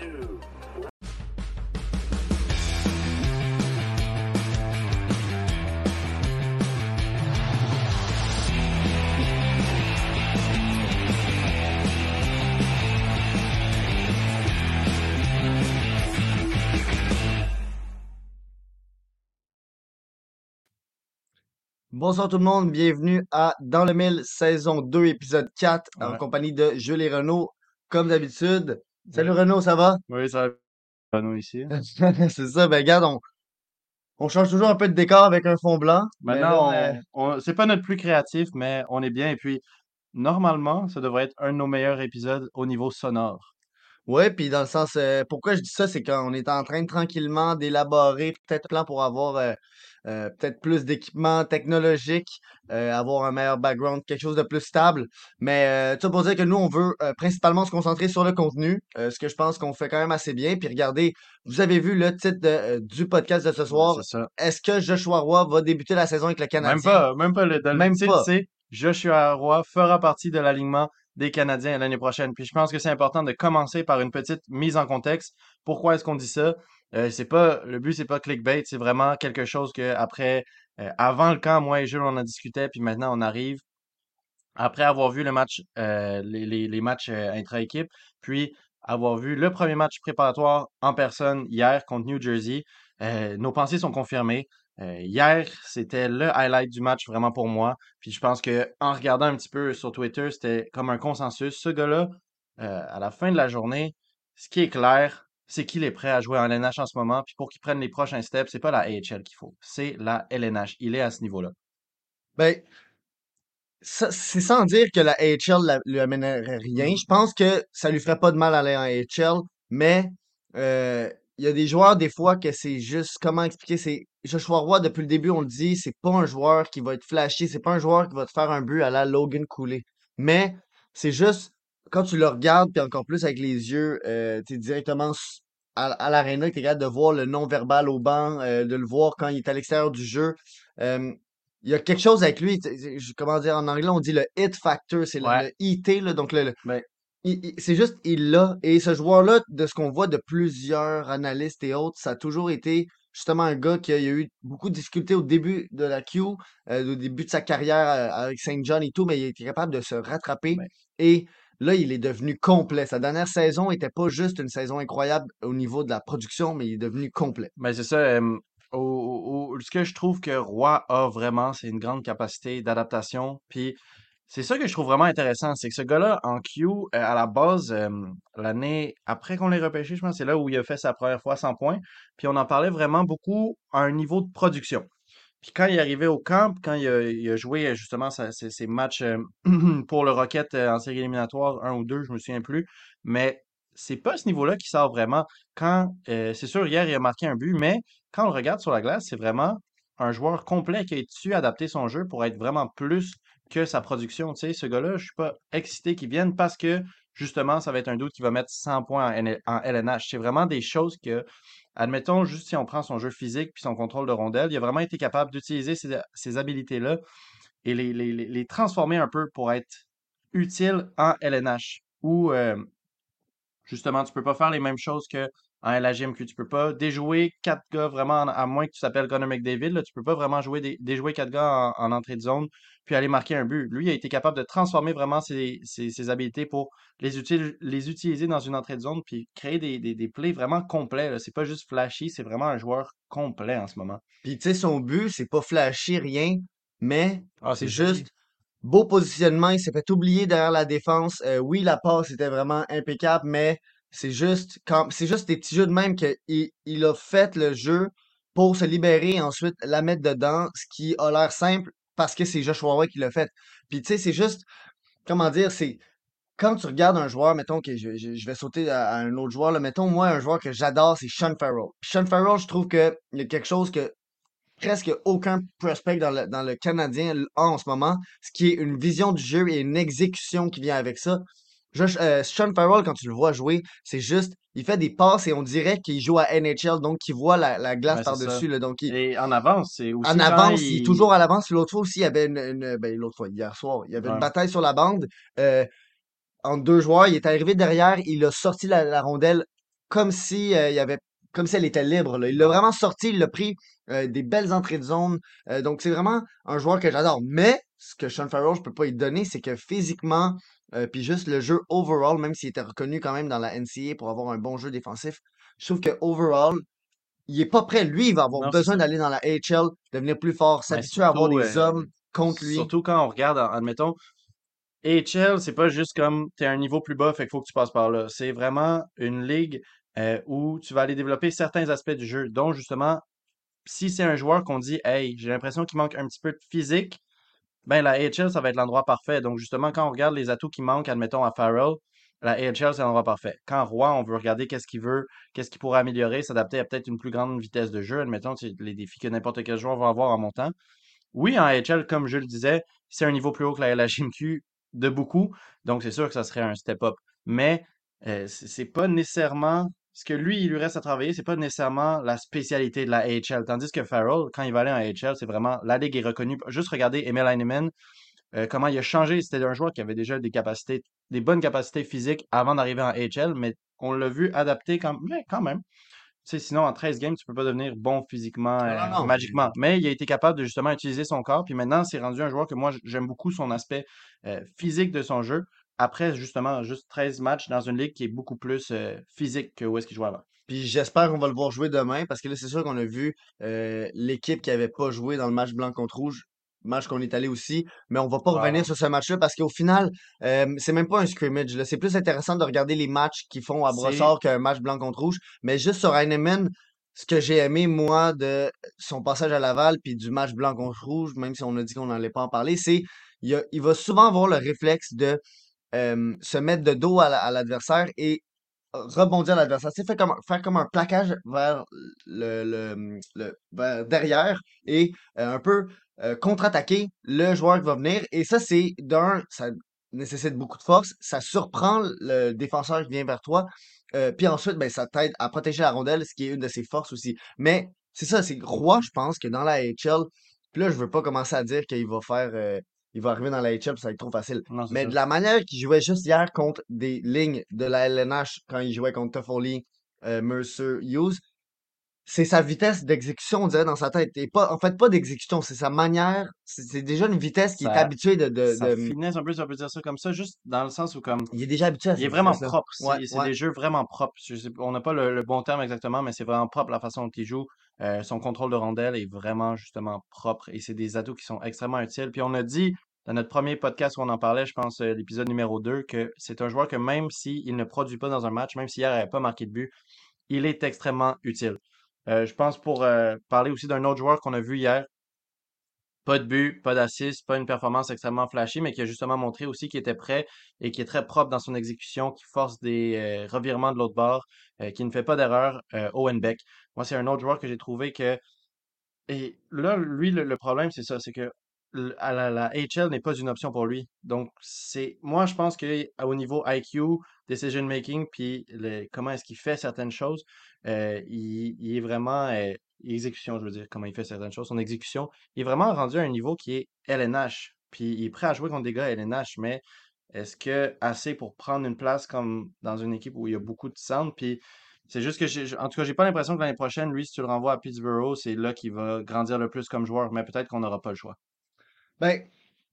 Bonsoir tout le monde, bienvenue à Dans le Mille, saison 2, épisode 4, en Ouais. compagnie de Jules et Renaud, comme d'habitude. Salut Oui, Renaud, ça va? oui, ça va, nous ici. C'est ça, ben regarde, on change toujours un peu de décor avec un fond blanc, mais là, Maintenant, c'est pas notre plus créatif, mais on est bien. Et puis, normalement, ça devrait être un de nos meilleurs épisodes au niveau sonore. ouais, puis dans le sens, pourquoi je dis ça, c'est qu'on est en train tranquillement d'élaborer peut-être un plan pour avoir peut-être plus d'équipements technologiques, avoir un meilleur background, quelque chose de plus stable. Mais tout ça pour dire que nous, on veut principalement se concentrer sur le contenu, ce que je pense qu'on fait quand même assez bien. Puis regardez, vous avez vu le titre du podcast de ce Ben, soir. c'est ça. Est-ce que Joshua Roy va débuter la saison avec le Même Canadien? pas, même pas dans le Même titre, pas. c'est Joshua Roy fera partie de l'alignement des Canadiens l'année prochaine. Puis je pense que c'est important de commencer par une petite mise en contexte. Pourquoi est-ce qu'on dit ça? C'est pas, le but, c'est pas clickbait, c'est vraiment quelque chose que après, avant le camp, moi et Jules, on en discutait, puis maintenant on arrive après avoir vu le match, les matchs intra-équipe, puis avoir vu le premier match préparatoire en personne hier contre New Jersey, nos pensées sont confirmées. Hier, c'était le highlight du match vraiment pour moi. Puis je pense que en regardant un petit peu sur Twitter, c'était comme un consensus. Ce gars-là, à la fin de la journée, ce qui est clair, c'est qu'il est prêt à jouer en LNH en ce moment. Puis pour qu'il prenne les prochains steps, c'est pas la AHL qu'il faut, c'est la LNH. Il est à ce niveau-là. Ben, c'est sans dire que la AHL lui amènerait rien. Mhm. Je pense que ça lui ferait pas de mal aller en AHL, mais euh, il y a des joueurs, des fois, que c'est juste, comment expliquer, c'est Joshua Roy, depuis le début, on le dit, c'est pas un joueur qui va être flashy, c'est pas un joueur qui va te faire un but à la Logan Cooley. Mais c'est juste, quand tu le regardes, puis encore plus avec les yeux, t'es directement à l'aréna, t'es capable de voir le non-verbal au banc, de le voir quand il est à l'extérieur du jeu. Euh, il y a quelque chose avec lui, comment dire, en anglais, on dit le hit factor, c'est Ouais, le IT, là, donc ben, c'est juste, il l'a. Et ce joueur-là, de ce qu'on voit de plusieurs analystes et autres, ça a toujours été justement un gars qui a eu beaucoup de difficultés au début de la Q, au début de sa carrière avec Saint John et tout, mais il était capable de se rattraper. ben, Et là, il est devenu complet. Sa dernière saison était pas juste une saison incroyable au niveau de la production, mais il est devenu complet. Ben, c'est ça. Ce que je trouve que Roy a vraiment, c'est une grande capacité d'adaptation. Puis c'est ça que je trouve vraiment intéressant, c'est que ce gars-là, en Q, à la base, l'année après qu'on l'ait repêché, je pense, c'est là où il a fait sa première fois 100 points. Puis on en parlait vraiment beaucoup à un niveau de production. Puis quand il est arrivé au camp, quand il a joué justement ses matchs pour le Rocket en série éliminatoire, un ou deux, je me souviens plus, mais c'est pas à ce niveau-là qu'il sort vraiment. Quand c'est sûr, hier, il a marqué un but, mais quand on le regarde sur la glace, c'est vraiment un joueur complet qui a su adapter son jeu pour être vraiment plus que sa production. Tu sais, ce gars-là, je suis pas excité qu'il vienne parce que justement, ça va être un doute qui va mettre 100 points en LNH. C'est vraiment des choses que admettons, juste si on prend son jeu physique puis son contrôle de rondelle, il a vraiment été capable d'utiliser ces habilités-là et les transformer un peu pour être utile en LNH. Ou justement, tu peux pas faire les mêmes choses que en LHMQ. Tu peux pas déjouer quatre gars vraiment, à moins que tu t'appelles Connor McDavid, là, tu peux pas vraiment déjouer quatre gars en entrée de zone puis aller marquer un but. Lui, il a été capable de transformer vraiment ses habilités pour les utiliser dans une entrée de zone puis créer des plays vraiment complets, là. C'est pas juste flashy, c'est vraiment un joueur complet en ce moment. Puis tu sais, son but, c'est pas flashy, rien, mais Ah, c'est c'est joli. juste beau positionnement. Il s'est fait oublier derrière la défense. Oui, la passe était vraiment impeccable, mais c'est juste des petits jeux de même qu'il a fait le jeu pour se libérer et ensuite la mettre dedans, ce qui a l'air simple parce que c'est Joshua Roy qui l'a fait. Puis tu sais, c'est juste, comment dire, c'est quand tu regardes un joueur, mettons que je vais sauter à un autre joueur, là, mettons moi un joueur que j'adore, c'est Sean Farrell. Sean Farrell, je trouve que il y a quelque chose que presque aucun prospect dans le Canadien a en ce moment, ce qui est une vision du jeu et une exécution qui vient avec ça. Sean Farrell, quand tu le vois jouer, c'est juste, il fait des passes et on dirait qu'il joue à NHL, donc il voit la glace Ouais, c'est ça. par-dessus, là, donc Et en avance, c'est en aussi quand avance, il est il. toujours à l'avance. L'autre fois aussi, il y avait ben, l'autre fois, hier soir, il y avait une Ouais. bataille sur la bande, entre deux joueurs, il est arrivé derrière, il a sorti la rondelle comme si il y avait comme si elle était libre, là. Il l'a vraiment sorti, il l'a pris des belles entrées de zone. Donc c'est vraiment un joueur que j'adore. Mais ce que Sean Farrell, je peux pas lui donner, c'est que physiquement, puis juste le jeu overall, même s'il était reconnu quand même dans la NCAA pour avoir un bon jeu défensif, je trouve que overall, il est pas prêt. Lui, il va avoir Non, c'est besoin ça. d'aller dans la AHL, devenir plus fort, Mais s'habituer à avoir surtout, des hommes contre lui. surtout quand on regarde, admettons, AHL, c'est pas juste comme t'es à un niveau plus bas, fait qu'il faut que tu passes par là. C'est vraiment une ligue où tu vas aller développer certains aspects du jeu, dont justement, si c'est un joueur qu'on dit, hey, j'ai l'impression qu'il manque un petit peu de physique, ben la AHL, ça va être l'endroit parfait. Donc justement, quand on regarde les atouts qui manquent, admettons à Farrell, la AHL, c'est l'endroit parfait. Quand Roy, on veut regarder qu'est-ce qu'il veut, qu'est-ce qu'il pourrait améliorer, s'adapter à peut-être une plus grande vitesse de jeu, admettons, c'est les défis que n'importe quel joueur va avoir en montant. Oui, en AHL, comme je le disais, c'est un niveau plus haut que la LHMQ de beaucoup, donc c'est sûr que ça serait un step-up. Mais c'est pas nécessairement ce que lui, il lui reste à travailler, c'est pas nécessairement la spécialité de la AHL. Tandis que Farrell, quand il va aller en AHL, c'est vraiment la ligue est reconnue. Juste regarder Emil Heinemann, comment il a changé. C'était un joueur qui avait déjà des capacités, des bonnes capacités physiques avant d'arriver en AHL, mais on l'a vu adapter quand même. Tu sais, sinon, en 13 games, tu peux pas devenir bon physiquement, Non, non, non. magiquement. Mais il a été capable de justement utiliser son corps. Puis maintenant, c'est rendu un joueur que moi, j'aime beaucoup son aspect physique de son jeu. Après, justement, juste 13 matchs dans une ligue qui est beaucoup plus physique que où est-ce qu'il jouait avant. Puis j'espère qu'on va le voir jouer demain parce que là, c'est sûr qu'on a vu l'équipe qui avait pas joué dans le match blanc contre rouge, match qu'on est allé aussi, mais on va pas revenir Wow. sur ce match-là parce qu'au final, c'est même pas un scrimmage, là. C'est plus intéressant de regarder les matchs qu'ils font à C'est Brossard qu'un match blanc contre rouge. Mais juste sur Heinemann, ce que j'ai aimé, moi, de son passage à Laval puis du match blanc contre rouge, même si on a dit qu'on n'allait pas en parler, c'est il va souvent avoir le réflexe de se mettre de dos à l'adversaire et rebondir l'adversaire. Tu sais, faire comme un plaquage vers vers derrière et un peu contre-attaquer le joueur qui va venir. Et ça, c'est ça nécessite beaucoup de force. Ça surprend le défenseur qui vient vers toi. Puis ensuite, ben, ça t'aide à protéger la rondelle, ce qui est une de ses forces aussi. Mais c'est ça, c'est Roy, je pense que dans la HL, puis là, je veux pas commencer à dire qu'il va faire. Il va arriver dans la HL, puis ça va être trop facile. non, c'est Mais ça. de la manière qu'il jouait juste hier contre des lignes de la LNH, quand il jouait contre Toffoli, Mercer, Hughes, c'est sa vitesse d'exécution, on dirait, dans sa tête. Et pas, en fait, pas d'exécution, c'est sa manière. C'est déjà une vitesse qui est Ça, habituée ça finesse un peu, si on peut dire ça comme ça, juste dans le sens où comme il est déjà habitué à il est cette vraiment vitesse-là. propre. Ouais, C'est ouais. des jeux vraiment propres. On n'a pas le bon terme exactement, mais c'est vraiment propre la façon dont il joue. Son contrôle de rondelle est vraiment justement propre et c'est des atouts qui sont extrêmement utiles. Puis on a dit dans notre premier podcast où on en parlait, je pense l'épisode numéro 2, que c'est un joueur que même s'il ne produit pas dans un match, même si hier il n'avait pas marqué de but, il est extrêmement utile. Je pense pour parler aussi d'un autre joueur qu'on a vu hier, pas de but, pas d'assist, pas une performance extrêmement flashy, mais qui a justement montré aussi qu'il était prêt et qui est très propre dans son exécution, qui force des revirements de l'autre bord, qui ne fait pas d'erreur, Owen Beck. Moi, c'est un autre joueur que j'ai trouvé que... Et là, lui, le problème, c'est ça, c'est que la HL n'est pas une option pour lui. Donc, moi, je pense que au niveau IQ, decision making, puis comment est-ce qu'il fait certaines choses, il est vraiment exécution, je veux dire, comment il fait certaines choses, son exécution, il est vraiment rendu à un niveau qui est LNH. Puis il est prêt à jouer contre des gars LNH, mais est-ce que assez pour prendre une place comme dans une équipe où il y a beaucoup de centres? Puis c'est juste que en tout cas, j'ai pas l'impression que l'année prochaine, lui, si tu le renvoies à Pittsburgh, c'est là qu'il va grandir le plus comme joueur, mais peut-être qu'on n'aura pas le choix. Ben,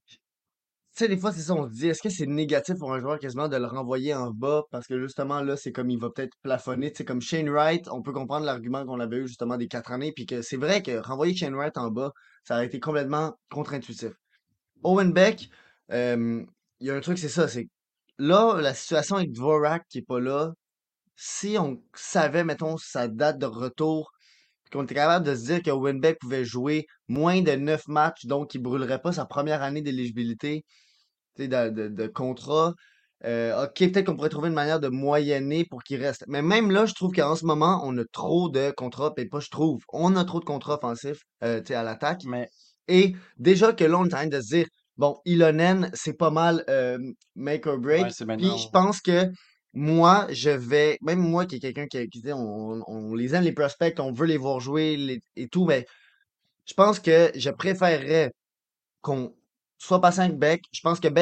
tu sais, des fois, c'est ça, on se dit, est-ce que c'est négatif pour un joueur quasiment de le renvoyer en bas? Parce que justement, là, c'est comme il va peut-être plafonner. Tu sais, comme Shane Wright, on peut comprendre l'argument qu'on avait eu justement des 4 années, puis que c'est vrai que renvoyer Shane Wright en bas, ça aurait été complètement contre-intuitif. Owen Beck, euh, il y a un truc, c'est ça, c'est là, la situation avec Dvorak qui est pas là, si on savait, mettons, sa date de retour, puis qu'on était capable de se dire que Owen Beck pouvait jouer moins de 9 matchs, donc il brûlerait pas sa première année d'éligibilité, tu sais, de contrat. OK, peut-être qu'on pourrait trouver une manière de moyenner pour qu'il reste. Mais même là, je trouve qu'en ce moment, on a trop de contrats, et pas je trouve, on a trop de contrats offensifs, tu sais, à l'attaque. Mais Et déjà que là, on est en train de se dire, bon, Ilonen, c'est pas mal make or ouais, break. c'est Puis je maintenant. pense que moi, même moi qui est quelqu'un qui dit, on les aime les prospects, on veut les voir jouer et tout, mais je pense que je préférerais qu'on soit patient avec Beck. Je pense que Beck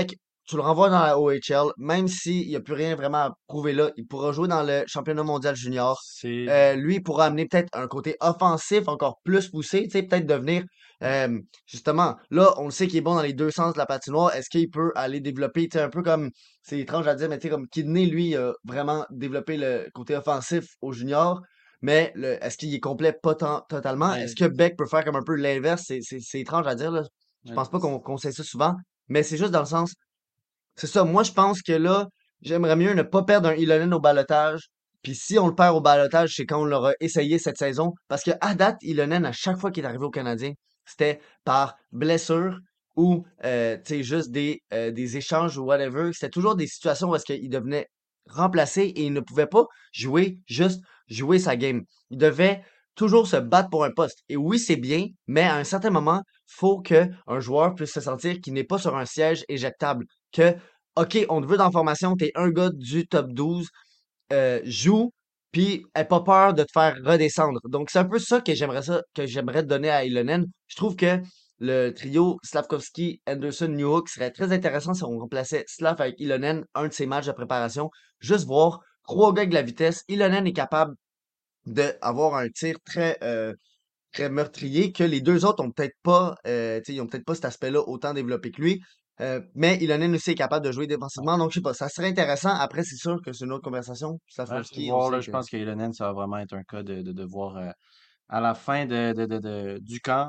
tu le renvoies dans la OHL, même s'il n'y a plus rien vraiment à prouver là, il pourra jouer dans le championnat mondial junior. C'est Lui, il pourra amener peut-être un côté offensif encore plus poussé, tu sais, peut-être devenir, justement, là, on le sait qu'il est bon dans les deux sens de la patinoire. Est-ce qu'il peut aller développer, tu sais, un peu comme, c'est étrange à dire, mais tu sais, comme Kidney, lui, a vraiment développé le côté offensif au junior. Mais est-ce qu'il est complet? Pas totalement. Est-ce mais, que Beck peut faire comme un peu l'inverse? C'est étrange à dire, là. Je mais pense pas qu'on sait ça souvent. Mais c'est juste dans le sens, c'est ça. Moi, je pense que là, j'aimerais mieux ne pas perdre un Ilonen au balotage. Puis si on le perd au balotage, c'est quand on l'aura essayé cette saison. Parce que à date, Ilonen, à chaque fois qu'il est arrivé au Canadien, c'était par blessure ou tu sais, juste des échanges ou whatever. C'était toujours des situations où est-ce qu'il devenait remplacé et il ne pouvait pas jouer, juste jouer sa game. Il devait toujours se battre pour un poste. Et oui, c'est bien, mais à un certain moment, faut que un joueur puisse se sentir qu'il n'est pas sur un siège éjectable. Que OK, on te veut dans la formation, t'es un gars du top 12, joue, puis aie pas peur de te faire redescendre. Donc, c'est un peu ça que j'aimerais donner à Ilonen. Je trouve que le trio Slavkovski, Anderson, Newhook serait très intéressant si on remplaçait Slav avec Ilonen, un de ses matchs de préparation. Juste voir trois gars avec de la vitesse. Ilonen est capable d'avoir un tir très meurtrier que les deux autres ont peut-être pas, tu sais, ils ont peut-être pas cet aspect-là autant développé que lui. Mais Ilonen aussi est capable de jouer défensivement. Donc, je sais pas, ça serait intéressant. Après, c'est sûr que c'est une autre conversation. reste à Slavkovski, on voir, là, sait je que. pense que Ilonen, ça va vraiment être un cas de voir à la fin du camp,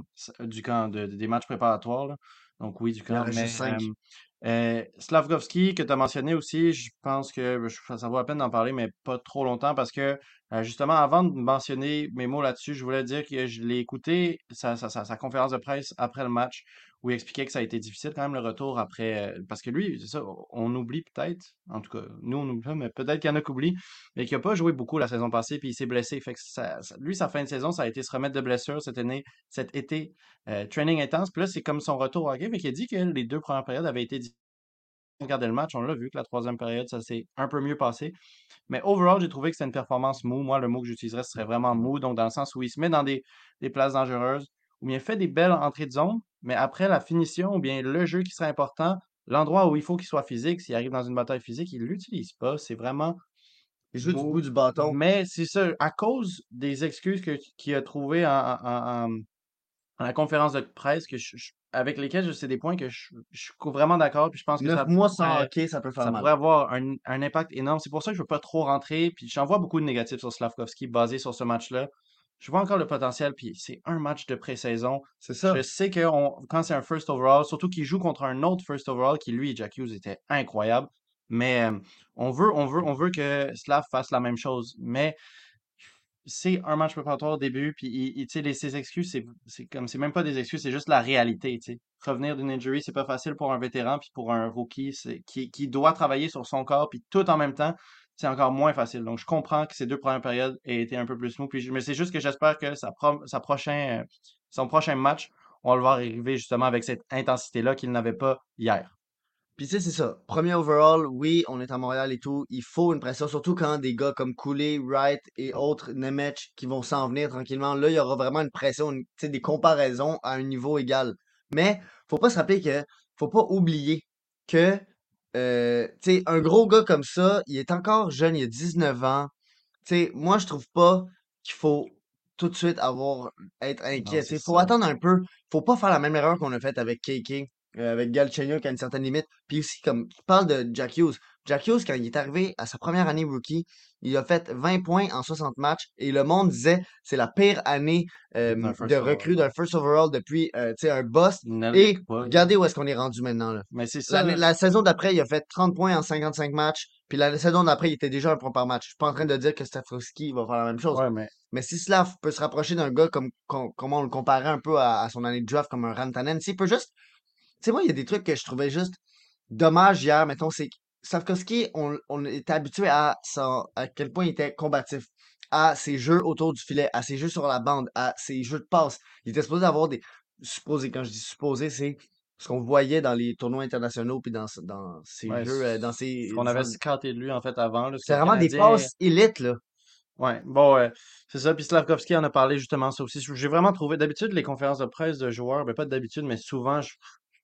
des matchs préparatoires, là. Donc oui, du Il en camp. reste juste Mais 5. Slavkovski, que tu as mentionné aussi, je pense que ça vaut la peine d'en parler, mais pas trop longtemps parce que justement, avant de mentionner mes mots là-dessus, je voulais dire que je l'ai écouté, sa conférence de presse après le match, où il expliquait que ça a été difficile quand même le retour après, parce que lui, c'est ça, on oublie peut-être, en tout cas, nous on oublie pas, mais peut-être qu'il y en a qui oublient, mais qui a pas joué beaucoup la saison passée, puis il s'est blessé. Fait que lui, sa fin de saison, ça a été se remettre de blessure cet été, training intense. Puis là, c'est comme son retour au hockey, mais qui a dit que les deux premières périodes avaient été difficiles. On regardait le match, on l'a vu que la troisième période, ça s'est un peu mieux passé. Mais overall, j'ai trouvé que c'était une performance mou. Moi, le mot que j'utiliserais, ce serait vraiment mou. Donc, dans le sens où il se met dans des places dangereuses, ou bien fait des belles entrées de zone, mais après la finition, ou bien le jeu qui serait important, l'endroit où il faut qu'il soit physique, s'il arrive dans une bataille physique, il l'utilise pas. C'est vraiment Il joue du bout beau. du bâton. Mais c'est ça, à cause des excuses qu'il a trouvées à la conférence de presse, avec lesquelles c'est des points que je suis vraiment d'accord, puis je pense que 9 mois sans hockey, ça peut faire ça mal. pourrait avoir un impact énorme. C'est pour ça que je veux pas trop rentrer, puis j'en vois beaucoup de négatifs sur Slavkovski basé sur ce match-là. Je vois encore le potentiel, puis c'est un match de pré-saison. C'est Je ça. sais que quand c'est un first overall, surtout qu'il joue contre un autre first overall, qui lui, Jack Hughes, était incroyable. Mais on veut que Slav fasse la même chose. Mais c'est un match préparatoire au début, puis tu sais, ses excuses, c'est même pas des excuses, c'est juste la réalité, tu sais. Revenir d'une injury, c'est pas facile pour un vétéran, puis pour un rookie, qui doit travailler sur son corps, puis tout en même temps, c'est encore moins facile. Donc, je comprends que ces deux premières périodes aient été un peu plus smooth, mais c'est juste que j'espère que son prochain match, on va le voir arriver justement avec cette intensité-là qu'il n'avait pas hier. Puis tu sais, c'est ça. Premier overall, oui, on est à Montréal et tout. Il faut une pression, surtout quand des gars comme Cooley, Wright et autres, Nemec, qui vont s'en venir tranquillement. Là, il y aura vraiment une pression, tu sais, des comparaisons à un niveau égal. Mais, faut pas se rappeler que, faut pas oublier que, tu sais, un gros gars comme ça, il est encore jeune, il a 19 ans. Tu sais, moi, je trouve pas qu'il faut tout de suite être Non, inquiet. Tu c'est sais, faut ça. attendre un peu. Faut pas faire la même erreur qu'on a faite avec KK, avec Galchenyuk à une certaine limite. Puis aussi, comme tu parles de Jack Hughes. Jack Hughes, quand il est arrivé à sa première année rookie, il a fait 20 points en 60 matchs et le monde disait c'est la pire année C'est un de first overall, recrue ouais. d'un first overall depuis tu sais, un boss. Il ne l'est Et pas. regardez où est-ce qu'on est rendu maintenant, là. Mais c'est ça. La saison d'après, il a fait 30 points en 55 matchs. Puis la saison d'après, il était déjà un point par match. Je suis pas en train de dire que Stafrovski va faire la même chose. Ouais, mais Mais si Slav peut se rapprocher d'un gars comme on le comparait un peu à son année de draft, comme un Rantanen, s'il peut juste. Tu sais, moi, il y a des trucs que je trouvais juste dommage hier. Mettons, c'est que Stafkovski, on était habitué à quel point il était combatif, à ses jeux autour du filet, à ses jeux sur la bande, à ses jeux de passe. Il était supposé avoir des. Supposé, quand je dis supposé, c'est ce qu'on voyait dans les tournois internationaux puis dans ses ouais, jeux, dans ce ses. qu'on avait scanté de lui en fait avant, là, ce que C'est le vraiment des Canadien. passes élites, là. Ouais, bon, c'est ça. Puis Slavkovski en a parlé justement ça aussi. J'ai vraiment trouvé d'habitude les conférences de presse de joueurs, ben pas d'habitude, mais souvent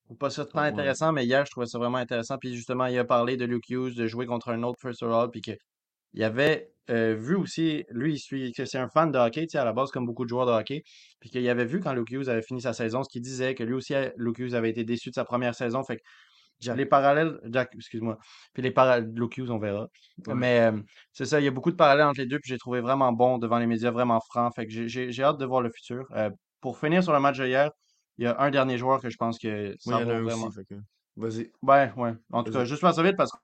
trouve pas ça tant Ouais. intéressant, mais hier, je trouvais ça vraiment intéressant. Puis justement, il a parlé de Luke Hughes, de jouer contre un autre first overall, puis il avait vu aussi, lui, que c'est un fan de hockey, tu sais, à la base, comme beaucoup de joueurs de hockey, puis qu'il avait vu quand Luke Hughes avait fini sa saison, ce qu'il disait, que lui aussi, Luke Hughes avait été déçu de sa première saison. Fait que Jack. les parallèles, Jack, excuse-moi, puis les parallèles, Luke Hughes, on verra. Ouais. Mais c'est ça, il y a beaucoup de parallèles entre les deux, puis j'ai trouvé vraiment bon devant les médias, vraiment franc. Fait que j'ai hâte de voir le futur. Pour finir sur le match de hier, il y a un dernier joueur que je pense que Moi, il ça y en a vaut un vraiment. aussi, fait que. Vas-y. Ouais, ouais. En tout cas, Vas-y. juste faire ça vite parce que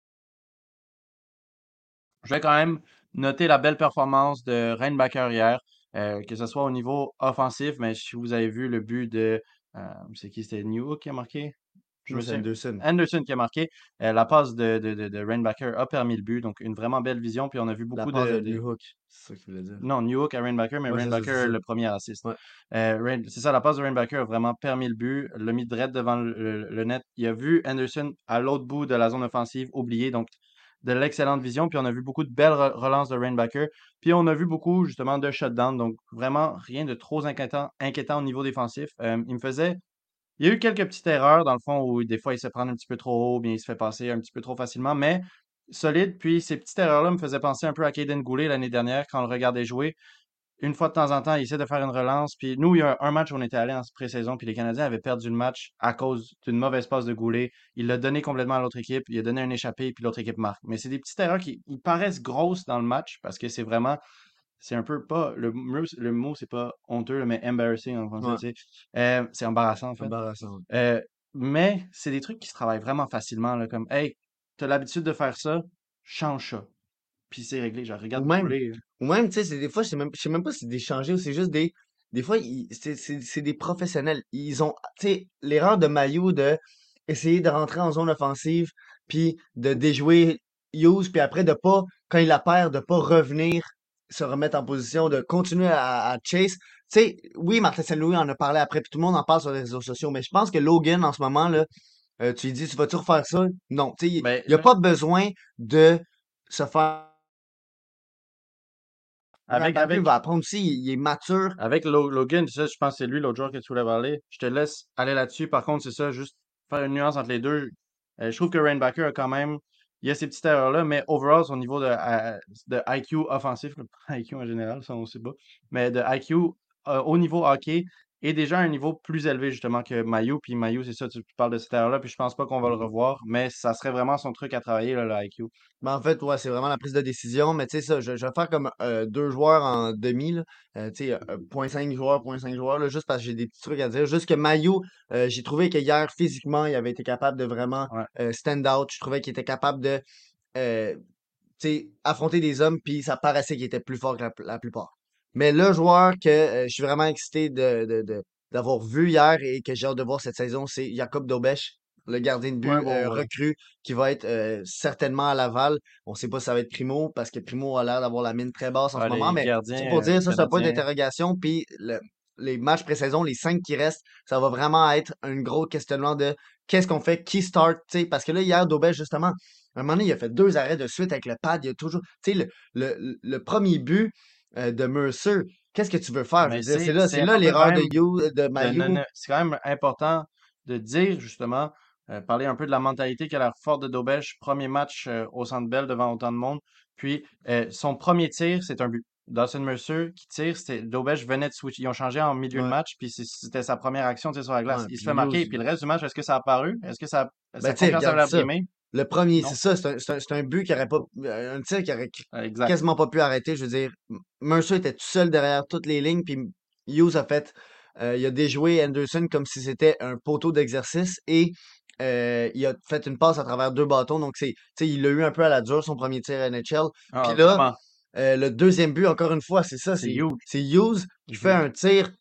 je vais quand même noter la belle performance de Reinbacker hier, que ce soit au niveau offensif, mais si vous avez vu le but de, c'est qui, c'était Newhook qui a marqué? Je Moi, me c'est souviens. Anderson. Anderson qui a marqué. La passe de Reinbacker a permis le but, donc une vraiment belle vision. Puis on a vu La beaucoup passe de New Hook. C'est ça que je voulais dire. non, Newhook à Rainbacker, mais Ouais, c'est Rainbacker ça. le premier assist. Ouais. C'est ça, la passe de Rainbacker a vraiment permis le but, l'a mis direct devant le net. Il a vu Anderson à l'autre bout de la zone offensive, oublié, donc de l'excellente vision. Puis on a vu beaucoup de belles relances de Rainbacker. Puis on a vu beaucoup justement de shutdown, donc vraiment rien de trop inquiétant au niveau défensif. Il y a eu quelques petites erreurs dans le fond où des fois il se prend un petit peu trop haut, bien il se fait passer un petit peu trop facilement, mais solide. Puis ces petites erreurs-là me faisaient penser un peu à Caden Goulet l'année dernière quand on le regardait jouer. Une fois de temps en temps, il essaie de faire une relance. Puis nous, il y a un match où on était allé en pré-saison, puis les Canadiens avaient perdu le match à cause d'une mauvaise passe de Goulet. Il l'a donné complètement à l'autre équipe, il a donné un échappé, puis l'autre équipe marque. Mais c'est des petites erreurs qui ils paraissent grosses dans le match parce que c'est un peu pas, le mot c'est pas honteux, mais embarrassing en français, Ouais. tu sais. C'est embarrassant en fait. Embarrassant. Ouais. Mais c'est des trucs qui se travaillent vraiment facilement, là, comme, hey, t'as l'habitude de faire ça, change ça. Puis c'est réglé. Genre, Ou regarde même, Goulet. ou même, tu sais, c'est des fois, je sais même pas si c'est des changés ou c'est juste des fois, c'est des professionnels. Ils ont, tu sais, l'erreur de Mayu de essayer de rentrer en zone offensive, puis de déjouer Hughes, puis après de pas, quand il la perd, de pas revenir, se remettre en position, de continuer à chase. Tu sais, oui, Martin Saint-Louis en a parlé après, puis tout le monde en parle sur les réseaux sociaux, mais je pense que Logan, en ce moment, là, tu lui dis, tu vas-tu refaire ça? Non, tu sais, il Ben, n'y a pas besoin de se faire avec, Mbappé avec, va apprendre aussi, il est mature. avec Logan, ça, je pense que c'est lui l'autre joueur que tu voulais parler. Je te laisse aller là-dessus. Par contre, c'est ça, juste faire une nuance entre les deux. Je trouve que Rainbacker a quand même, il y a ces petites erreurs-là, mais overall, son niveau de IQ offensif, le IQ en général, ça on sait pas, mais de IQ au niveau hockey est déjà à un niveau plus élevé justement que Mayu. Puis Mayu, c'est ça, tu parles de cette erreur-là, puis je pense pas qu'on va le revoir, mais ça serait vraiment son truc à travailler, là, le IQ. Mais en fait, ouais, c'est vraiment la prise de décision. Mais tu sais, ça, je vais faire comme deux joueurs en demi, là. Tu sais, 0,5 joueurs, là, juste parce que j'ai des petits trucs à dire. Juste que Mayu, j'ai trouvé que hier, physiquement, il avait été capable de vraiment Ouais. stand out. Je trouvais qu'il était capable de euh, tu sais, affronter des hommes, puis ça paraissait qu'il était plus fort que la plupart. Mais le joueur que je suis vraiment excité d'avoir vu hier et que j'ai hâte de voir cette saison, c'est Jacob Dobèche, le gardien de Ouais, but ouais, ouais. recru qui va être certainement à Laval. On sait pas si ça va être Primo parce que Primo a l'air d'avoir la mine très basse en ce Ah, moment, les mais c'est pour gardiens dire, ça c'est un point canadiens. d'interrogation. Puis les matchs pré-saison, les 5 qui restent, ça va vraiment être un gros questionnement de qu'est-ce qu'on fait, qui start, tu sais, parce que là, hier, Dobèche, justement, à un moment donné, il a fait deux arrêts de suite avec le pad. Il a toujours. Tu sais, le premier but de Mercer, qu'est-ce que tu veux faire? Je veux Mais dire, c'est c'est là important quand l'erreur même De Mayu. c'est quand même important de dire justement, parler un peu de la mentalité qui a l'air forte de Dobèche. Premier match au Centre Bell devant autant de monde. Puis son premier tir, c'est un but. Dawson Mercer qui tire, Dobèche venait de switch. Ils ont changé en milieu de Ouais, match, puis c'était sa première action, tu sais, sur la glace. ouais. Il se fait Puis marquer, Hughes, puis le reste du match, est-ce que ça a paru? Est-ce que ben sa tu sais, confiance avait regarde l'air ça. brimée? Le premier, c'est Non. ça. C'est un but qui aurait pas. Un tir qui aurait Exact. quasiment pas pu arrêter. Je veux dire, Mercer était tout seul derrière toutes les lignes. Puis Hughes a fait. Il a déjoué Anderson comme si c'était un poteau d'exercice. Et il a fait une passe à travers deux bâtons. Donc, tu sais, il l'a eu un peu à la dure, son premier tir NHL. Puis Ah, là, vraiment. le deuxième but, encore une fois, c'est ça. C'est huge. C'est Hughes qui fait Mhm. un tir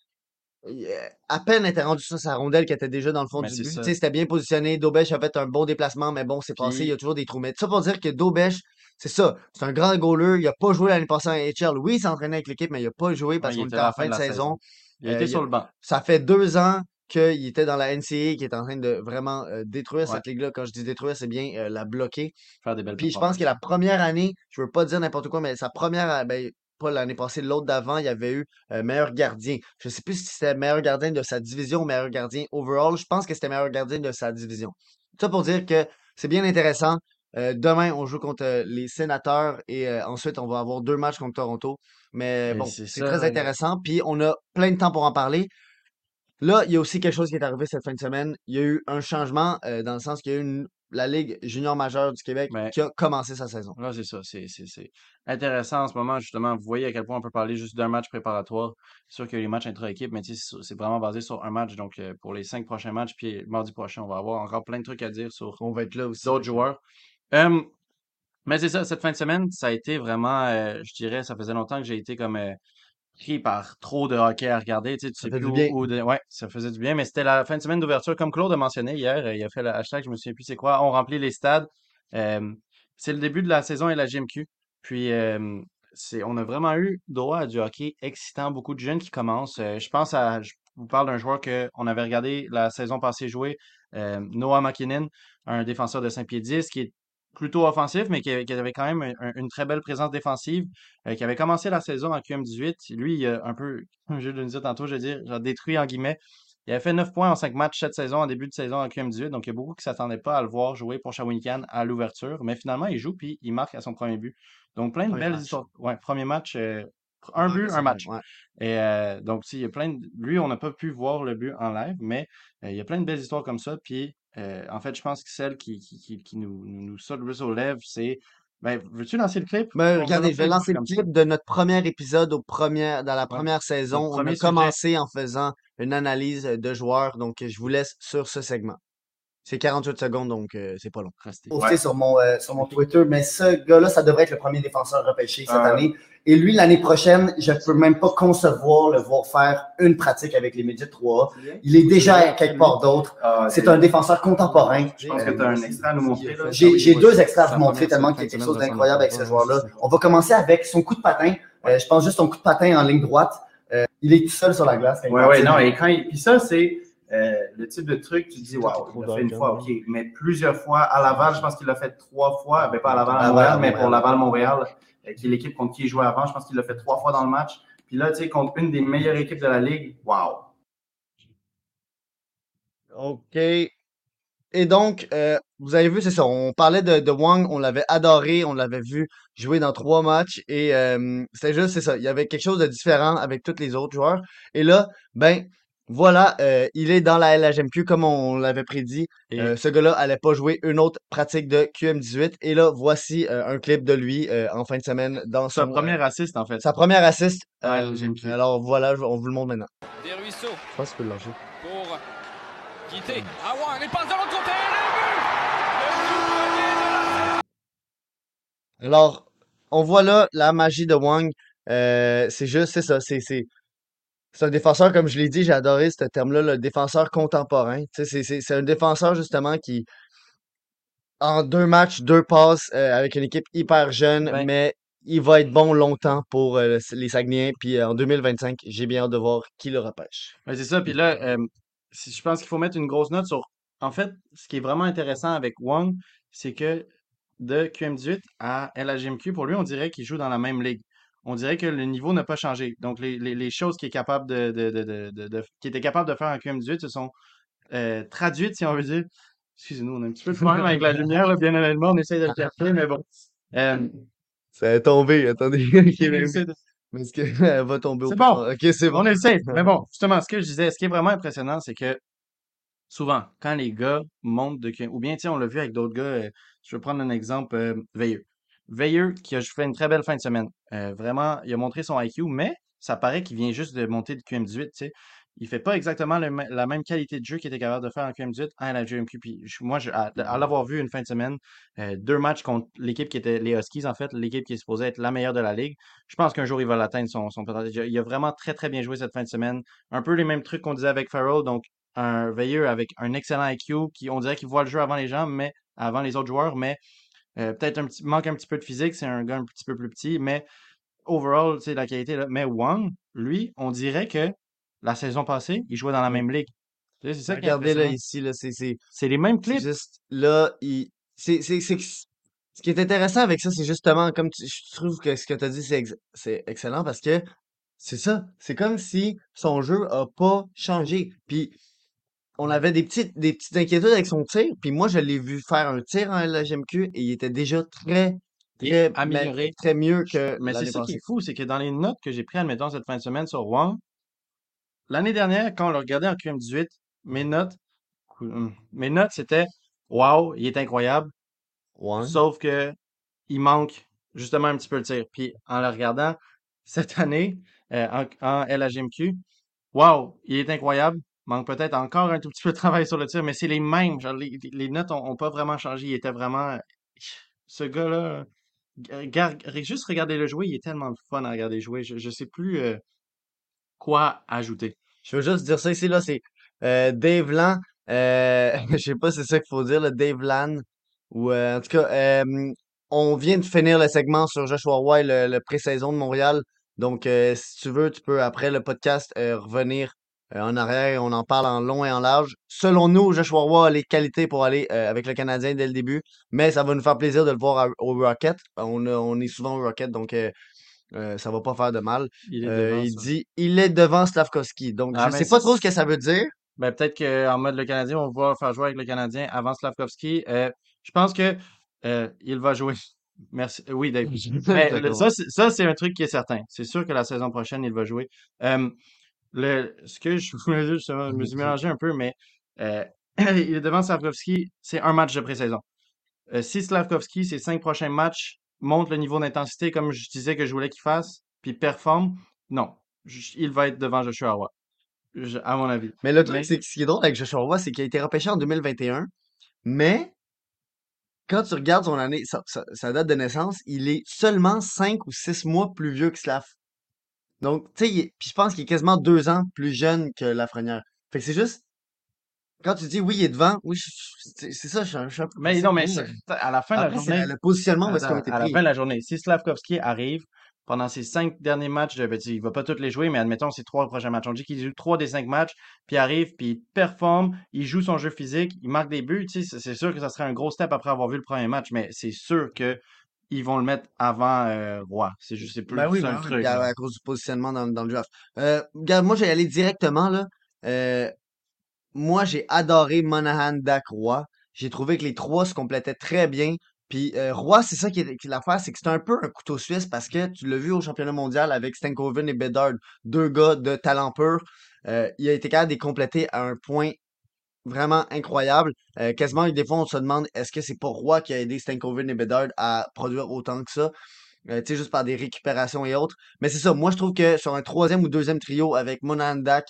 à peine était rendu sur sa rondelle qui était déjà dans le fond Mais du c'est but. Tu ça. sais, c'était bien positionné. Dobèche a fait un bon déplacement, mais bon, c'est passé. Il y a Puis, toujours des trous. Mais tout ça pour dire que Dobèche, c'est ça. C'est un grand goaler. Il a pas joué l'année passée en NHL. Oui, il s'entraînait avec l'équipe, mais il a pas joué ouais, parce il qu'on était était là à en la fin fin de de la saison. saison. Il a été Il a- sur le banc. Ça fait 2 ans qu'il était dans la NCAA, qui est en train de vraiment détruire Ouais, cette ligue-là. Quand je dis détruire, c'est bien la bloquer. faire des belles Puis je pense que performances. la première année, je veux pas dire n'importe quoi, mais sa première, ben, pas l'année passée, l'autre d'avant, il y avait eu meilleur gardien. Je sais plus si c'était meilleur gardien de sa division ou meilleur gardien overall. Je pense que c'était meilleur gardien de sa division. Ça pour dire que c'est bien intéressant. Demain, on joue contre les Sénateurs et ensuite, on va avoir 2 matchs contre Toronto. Mais Et bon, c'est c'est ça, très intéressant. Puis on a plein de temps pour en parler. Là, il y a aussi quelque chose qui est arrivé cette fin de semaine. Il y a eu un changement dans le sens qu'il y a eu la Ligue junior majeure du Québec mais qui a commencé sa saison. là, c'est ça. C'est intéressant en ce moment, justement. Vous voyez à quel point on peut parler juste d'un match préparatoire. C'est sûr qu'il y a les matchs intra-équipe, mais tu sais, c'est vraiment basé sur un match. Donc, pour les 5 prochains matchs, puis mardi prochain, on va avoir encore plein de trucs à dire sur On va être là aussi, d'autres fait que joueurs. Euh, mais c'est ça, cette fin de semaine, ça a été vraiment, je dirais, ça faisait longtemps que j'ai été comme pris par trop de hockey à regarder. Tu sais, tu ça sais fait plus du bien. Ouais, ça faisait du bien, mais c'était la fin de semaine d'ouverture. Comme Claude a mentionné hier, il a fait le hashtag, je me souviens plus c'est quoi, on remplit les stades. Euh, c'est le début de la saison et la GMQ. Puis, on a vraiment eu droit à du hockey excitant, beaucoup de jeunes qui commencent. Je vous parle d'un joueur qu'on avait regardé la saison passée jouer, Noah McKinnon, un défenseur de 5 pieds 10 qui est plutôt offensif, mais qui avait quand même une très belle présence défensive, qui avait commencé la saison en QM18. Lui, il a un peu, comme je le disais tantôt, je veux dire, genre détruit en guillemets. Il avait fait 9 points en 5 matchs cette saison, en début de saison en QM18. Donc, il y a beaucoup qui ne s'attendaient pas à le voir jouer pour Shawinigan à l'ouverture. Mais finalement, il joue puis il marque à son premier but. Donc, plein de Premier belles match. histoires. Ouais, premier match, Il un marque but, à un son premier. match. Ouais. Et donc, il y a lui, on n'a pas pu voir le but en live, mais il y a plein de belles histoires comme ça. Puis, en fait, je pense que celle qui nous saute le plus aux lèvres, c'est. Ben, veux-tu lancer le clip? Ben, On regardez, va je vais peut-être boucler lancer le comme ça. clip de notre premier épisode dans la Ouais. première saison. Donc, On a premier sujet. commencé en faisant une analyse de joueurs, donc je vous laisse sur ce segment. C'est 48 secondes, donc c'est pas long. Restez. Posté sur mon Twitter, mais ce gars-là, ça devrait être le premier défenseur repêché cette année. Et lui, l'année prochaine, je peux même pas concevoir le voir faire une pratique avec les Midgets 3A. Il est déjà quelque part d'autre. C'est un défenseur contemporain. Je pense que tu as un extrait à nous montrer. Là. J'ai deux extraits à vous Sa montrer première tellement fin qu'il y de a quelque semaine chose de son d'incroyable avec ce entraînement, joueur-là. c'est ça. On va commencer avec son coup de patin. Je pense juste son coup de patin en ligne droite. Il est tout seul sur la glace. Ouais, non, et puis ça, c'est le type de truc, tu te dis, waouh, il l'a fait une fois, ok, mais plusieurs fois. À Laval, je pense qu'il l'a fait 3 fois, ben pas à Laval, à Montréal, mais pour Laval-Montréal, qui est l'équipe contre qui il jouait avant, je pense qu'il l'a fait 3 fois dans le match. Puis là, tu sais, contre une des meilleures équipes de la Ligue, waouh. OK. Et donc, vous avez vu, c'est ça, on parlait de Wang, on l'avait adoré, on l'avait vu jouer dans 3 matchs et c'était juste, c'est ça, il y avait quelque chose de différent avec tous les autres joueurs. Et là, ben, voilà, il est dans la LHMQ comme on l'avait prédit. Et Ce gars-là allait pas jouer une autre pratique de QM18. Et là, voici un clip de lui en fin de semaine dans sa première assist, en fait. sa première assist. Ouais, j'aime plus. Alors voilà, on vous le montre maintenant. Des ruisseaux Je pense que tu peux le lâcher. pour quitter. Ah ouais, il passe de l'autre côté. Le but! Alors, on voit là la magie de Wang. C'est juste, c'est ça. C'est un défenseur, comme je l'ai dit, j'ai adoré ce terme-là, le défenseur contemporain. Tu sais, c'est un défenseur justement qui, en 2 matchs, 2 passes, avec une équipe hyper jeune, Ben, mais il va être bon longtemps pour les Saguenayens. Puis en 2025, j'ai bien hâte de voir qui le repêche. ben, c'est ça. Puis là, je pense qu'il faut mettre une grosse note sur. En fait, ce qui est vraiment intéressant avec Wong, c'est que de QM18 à LHMQ, pour lui, on dirait qu'il joue dans la même ligue. On dirait que le niveau n'a pas changé. Donc, les choses qu'il est capable qu'il était capable de faire en QM18 se sont traduites, si on veut dire. Excusez-nous, on a un petit peu de problème avec la lumière, là, bien honnêtement, on essaie de le capter, mais bon. Euh, Ça va tomber, attendez. Ok, on essaie de- mais est-ce qu'elle va tomber au C'est bon, Ok, c'est bon. on essaie. Mais bon, justement, ce que je disais, ce qui est vraiment impressionnant, c'est que souvent, quand les gars montent de QM, ou bien, tu sais, on l'a vu avec d'autres gars, je vais prendre un exemple, Veilleux. Veilleux qui a fait une très belle fin de semaine. Vraiment, il a montré son IQ, mais ça paraît qu'il vient juste de monter de QM18, tu sais. Il fait pas exactement la même qualité de jeu qu'il était capable de faire en QM18 à la GMQ. Puis moi, à l'avoir vu une fin de semaine, 2 matchs contre l'équipe qui était les Huskies, en fait, l'équipe qui est supposée être la meilleure de la ligue, je pense qu'un jour, il va l'atteindre son potentiel. Il a vraiment très, très bien joué cette fin de semaine. Un peu les mêmes trucs qu'on disait avec Farrell, donc un veilleux avec un excellent IQ qui, on dirait qu'il voit le jeu avant les gens, mais avant les autres joueurs, mais peut-être manque un petit peu de physique, c'est un gars un petit peu plus petit, mais overall, c'est la qualité là. Mais Wang, lui, on dirait que la saison passée, il jouait dans la Mm. même ligue. Tu sais, c'est ça qui est Regardez là impressionnant. ici, là, C'est les mêmes c'est clips. juste là, Ce qui est intéressant avec ça, c'est justement, je trouve que ce que tu as dit, c'est excellent parce que c'est ça. C'est comme si son jeu a pas changé. Puis on avait des petites inquiétudes avec son tir. Puis moi, je l'ai vu faire un tir en LHMQ et il était déjà très, Il est mais amélioré. très mieux que Mais c'est l'année ça qui passée. est fou, c'est que dans les notes que j'ai prises, admettons, cette fin de semaine sur Wang, l'année dernière, quand on le regardait en QM18, mes notes, c'était Wow, il est incroyable, Ouais. sauf que il manque justement un petit peu le tir. Puis en le regardant cette année en LHMQ, wow, il est incroyable. Manque peut-être encore un tout petit peu de travail sur le tir, mais c'est les mêmes. Genre, les notes ont pas vraiment changé. Il était vraiment. Ce gars-là, juste regarder le jouer, il est tellement le fun à regarder jouer. Je sais plus quoi ajouter. Je veux juste dire ça ici, là, c'est Dave Lan. Je sais pas si c'est ça qu'il faut dire, là, Dave Lan. Ou en tout cas, on vient de finir le segment sur Joshua Roy, le pré-saison de Montréal. Donc, si tu veux, tu peux, après le podcast, revenir en arrière et on en parle en long et en large. Selon nous, Joshua Roy a les qualités pour aller avec le Canadien dès le début, mais ça va nous faire plaisir de le voir au Rocket. On est souvent au Rocket, donc ça va pas faire de mal. Il est devant Il ça. dit il est devant Slavkovski. Donc, Ah je ben sais ça, pas trop ce que ça veut dire. ben peut-être qu'en mode le Canadien, on va faire jouer avec le Canadien avant Slavkovski. Je pense que il va jouer. Merci. Oui, Dave. Mais D'accord. ça, c'est un truc qui est certain. C'est sûr que la saison prochaine, il va jouer. Euh, ce que je voulais dire, justement, je me suis mélangé un peu, mais euh, il est devant Slavkovski, c'est un match de pré-saison. Si Slavkovski, ses 5 prochains matchs, monte le niveau d'intensité comme je disais que je voulais qu'il fasse, puis performe, non. Il va être devant Joshua Roy, à mon avis. Mais le truc, Mais c'est que ce qui est drôle avec Joshua Roy, c'est qu'il a été repêché en 2021, mais quand tu regardes son année, sa date de naissance, il est seulement 5 ou 6 mois plus vieux que Slav. Donc, tu sais, puis je pense qu'il est quasiment 2 ans plus jeune que Lafrenière. Fait que c'est juste, quand tu dis oui, il est devant, oui, c'est ça, je suis un peu Mais non, mais surpris. à la fin de la Après, c'est journée, le positionnement où est-ce qu'ils ont attends, été à la fin pris. de la journée, si Slavkovski arrive pendant ses 5 derniers matchs, ben, il va pas tous les jouer, mais admettons ses 3 prochains matchs. On dit qu'il joue 3 des 5 matchs, puis arrive, puis il performe, il joue son jeu physique, il marque des buts. Tu sais, c'est sûr que ça serait un gros step après avoir vu le premier match, mais c'est sûr que ils vont le mettre avant Roy. C'est plus Ben oui, ça le ben oui, puis truc, à, là. à cause du positionnement dans le draft. Regarde, moi, j'ai allé directement, là. Euh, Moi, j'ai adoré Monahan, Dak, Roy. J'ai trouvé que les trois se complétaient très bien. Puis Roy, c'est ça qui est l'affaire, c'est que c'est un peu un couteau suisse parce que tu l'as vu au championnat mondial avec Stankoven et Bedard, deux gars de talent pur. Il a été capable de les compléter à un point vraiment incroyable. Quasiment, des fois, on se demande est-ce que c'est pas Roy qui a aidé Stankoven et Bedard à produire autant que ça? Tu sais, juste par des récupérations et autres. Mais c'est ça, moi je trouve que sur un troisième ou deuxième trio avec Monahan Dak,